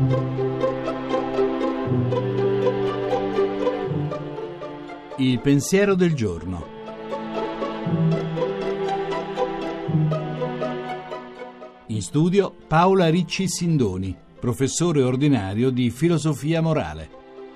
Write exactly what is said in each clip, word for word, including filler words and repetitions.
Il pensiero del giorno. In studio Paola Ricci Sindoni, professore ordinario di filosofia morale.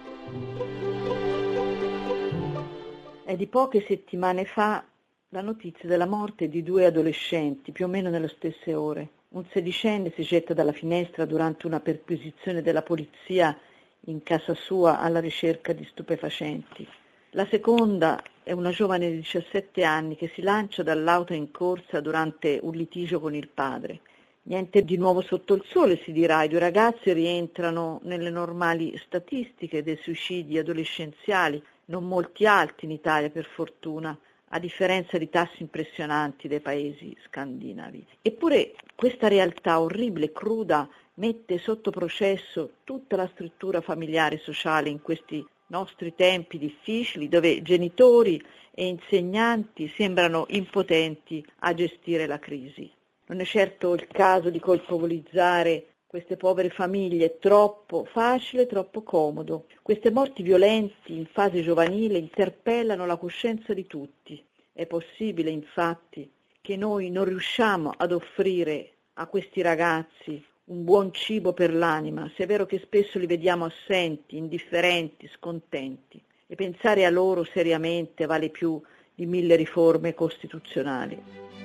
È di poche settimane fa la notizia della morte di due adolescenti, più o meno nelle stesse ore. Un sedicenne si getta dalla finestra durante una perquisizione della polizia in casa sua alla ricerca di stupefacenti. La seconda è una giovane di diciassette anni che si lancia dall'auto in corsa durante un litigio con il padre. Niente di nuovo sotto il sole, si dirà, i due ragazzi rientrano nelle normali statistiche dei suicidi adolescenziali, non molti alti in Italia per fortuna, a differenza di tassi impressionanti dei paesi scandinavi. Eppure questa realtà orribile e cruda mette sotto processo tutta la struttura familiare e sociale in questi nostri tempi difficili, dove genitori e insegnanti sembrano impotenti a gestire la crisi. Non è certo il caso di colpevolizzare queste povere famiglie, è troppo facile, troppo comodo. Queste morti violenti in fase giovanile interpellano la coscienza di tutti. È possibile, infatti, che noi non riusciamo ad offrire a questi ragazzi un buon cibo per l'anima, se è vero che spesso li vediamo assenti, indifferenti, scontenti, e pensare a loro seriamente vale più di mille riforme costituzionali.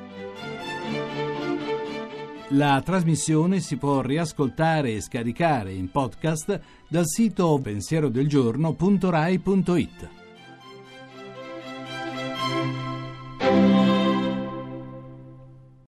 La trasmissione si può riascoltare e scaricare in podcast dal sito pensierodelgiorno punto rai punto it.